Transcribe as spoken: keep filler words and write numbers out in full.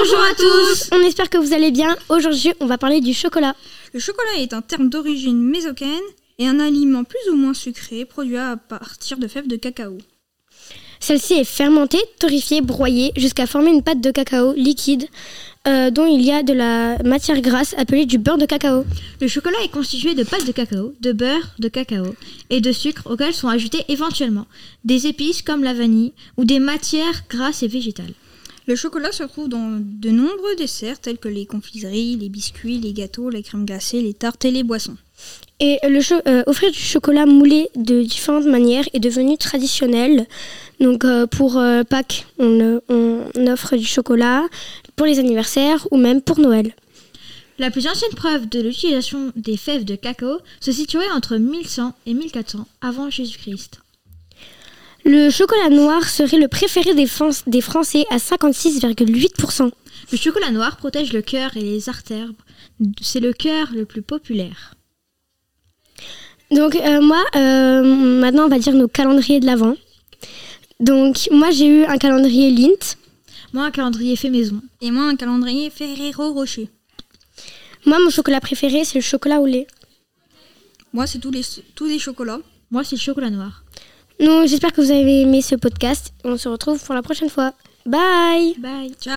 Bonjour à tous. On espère que vous allez bien. Aujourd'hui, on va parler du chocolat. Le chocolat est un terme d'origine mésocane et un aliment plus ou moins sucré produit à partir de fèves de cacao. Celle-ci est fermentée, torréfiée, broyée jusqu'à former une pâte de cacao liquide euh, dont il y a de la matière grasse appelée du beurre de cacao. Le chocolat est constitué de pâte de cacao, de beurre de cacao et de sucre auxquels sont ajoutés éventuellement des épices comme la vanille ou des matières grasses et végétales. Le chocolat se trouve dans de nombreux desserts tels que les confiseries, les biscuits, les gâteaux, les crèmes glacées, les tartes et les boissons. Et le cho- euh, offrir du chocolat moulé de différentes manières est devenu traditionnel. Donc euh, pour euh, Pâques, on, euh, on offre du chocolat pour les anniversaires ou même pour Noël. La plus ancienne preuve de l'utilisation des fèves de cacao se situait entre mille cent et mille quatre cents avant Jésus-Christ. Le chocolat noir serait le préféré des, Fran- des Français à cinquante-six virgule huit pour cent. Le chocolat noir protège le cœur et les artères. C'est le cœur le plus populaire. Donc euh, moi, euh, maintenant on va dire nos calendriers de l'Avent. Donc moi j'ai eu un calendrier Lindt. Moi, un calendrier fait maison. Et moi, un calendrier Ferrero Rocher. Moi mon chocolat préféré c'est le chocolat au lait. Moi, c'est tous les, tous les chocolats. Moi, c'est le chocolat noir. Donc j'espère que vous avez aimé ce podcast. On se retrouve pour la prochaine fois. Bye. Bye. Ciao.